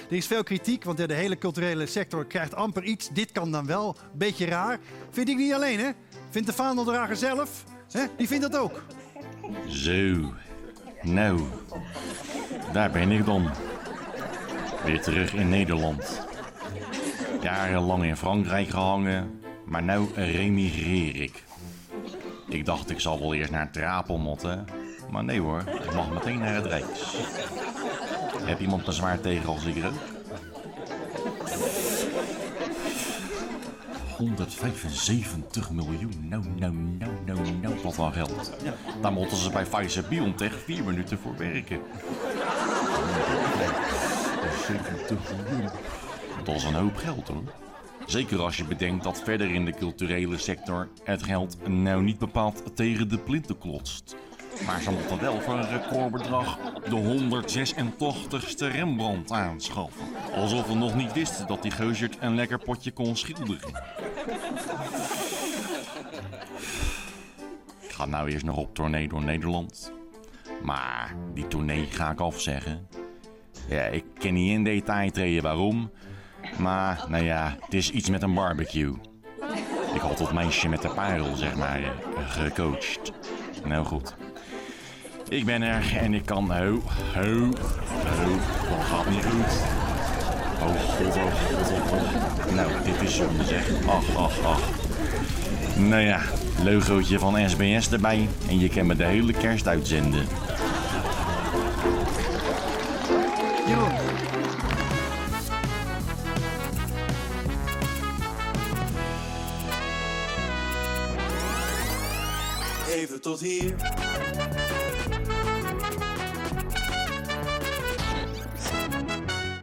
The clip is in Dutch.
Er is veel kritiek, want de hele culturele sector krijgt amper iets. Dit kan dan wel. Beetje raar. Vind ik niet alleen, hè? Vindt de vaandeldrager zelf? Hè? Die vindt dat ook. Zo. Nou, daar ben ik dan. Weer terug in Nederland. Jarenlang in Frankrijk gehangen, maar nu remigreer ik. Ik dacht ik zal wel eerst naar het Trapel motten, maar nee hoor, ik mag meteen naar het Rijks. Heb iemand er zwaar tegen als ik rook? 175 miljoen, nou, wat een geld. Daar moeten ze bij Pfizer-BioNTech 4 minuten voor werken. 175 miljoen. Dat is een hoop geld hoor. Zeker als je bedenkt dat verder in de culturele sector het geld nou niet bepaald tegen de plinten klotst. Maar ze moeten wel voor een recordbedrag de 186ste Rembrandt aanschaffen. Alsof we nog niet wisten dat die Geuzert een lekker potje kon schilderen. Ik ga nou eerst nog op tournee door Nederland. Maar die tournee ga ik afzeggen. Ja, ik kan niet in detail treden waarom. Maar, nou ja, het is iets met een barbecue. Ik had het meisje met de parel, zeg maar, gecoacht. Nou goed. Ik ben er en ik kan... dat gaat niet goed. Oh god. Nou, dit is zonde zeg. Ach. Nou ja, logootje van SBS erbij. En je kan me de hele kerst uitzenden. Jeroen. Even tot hier.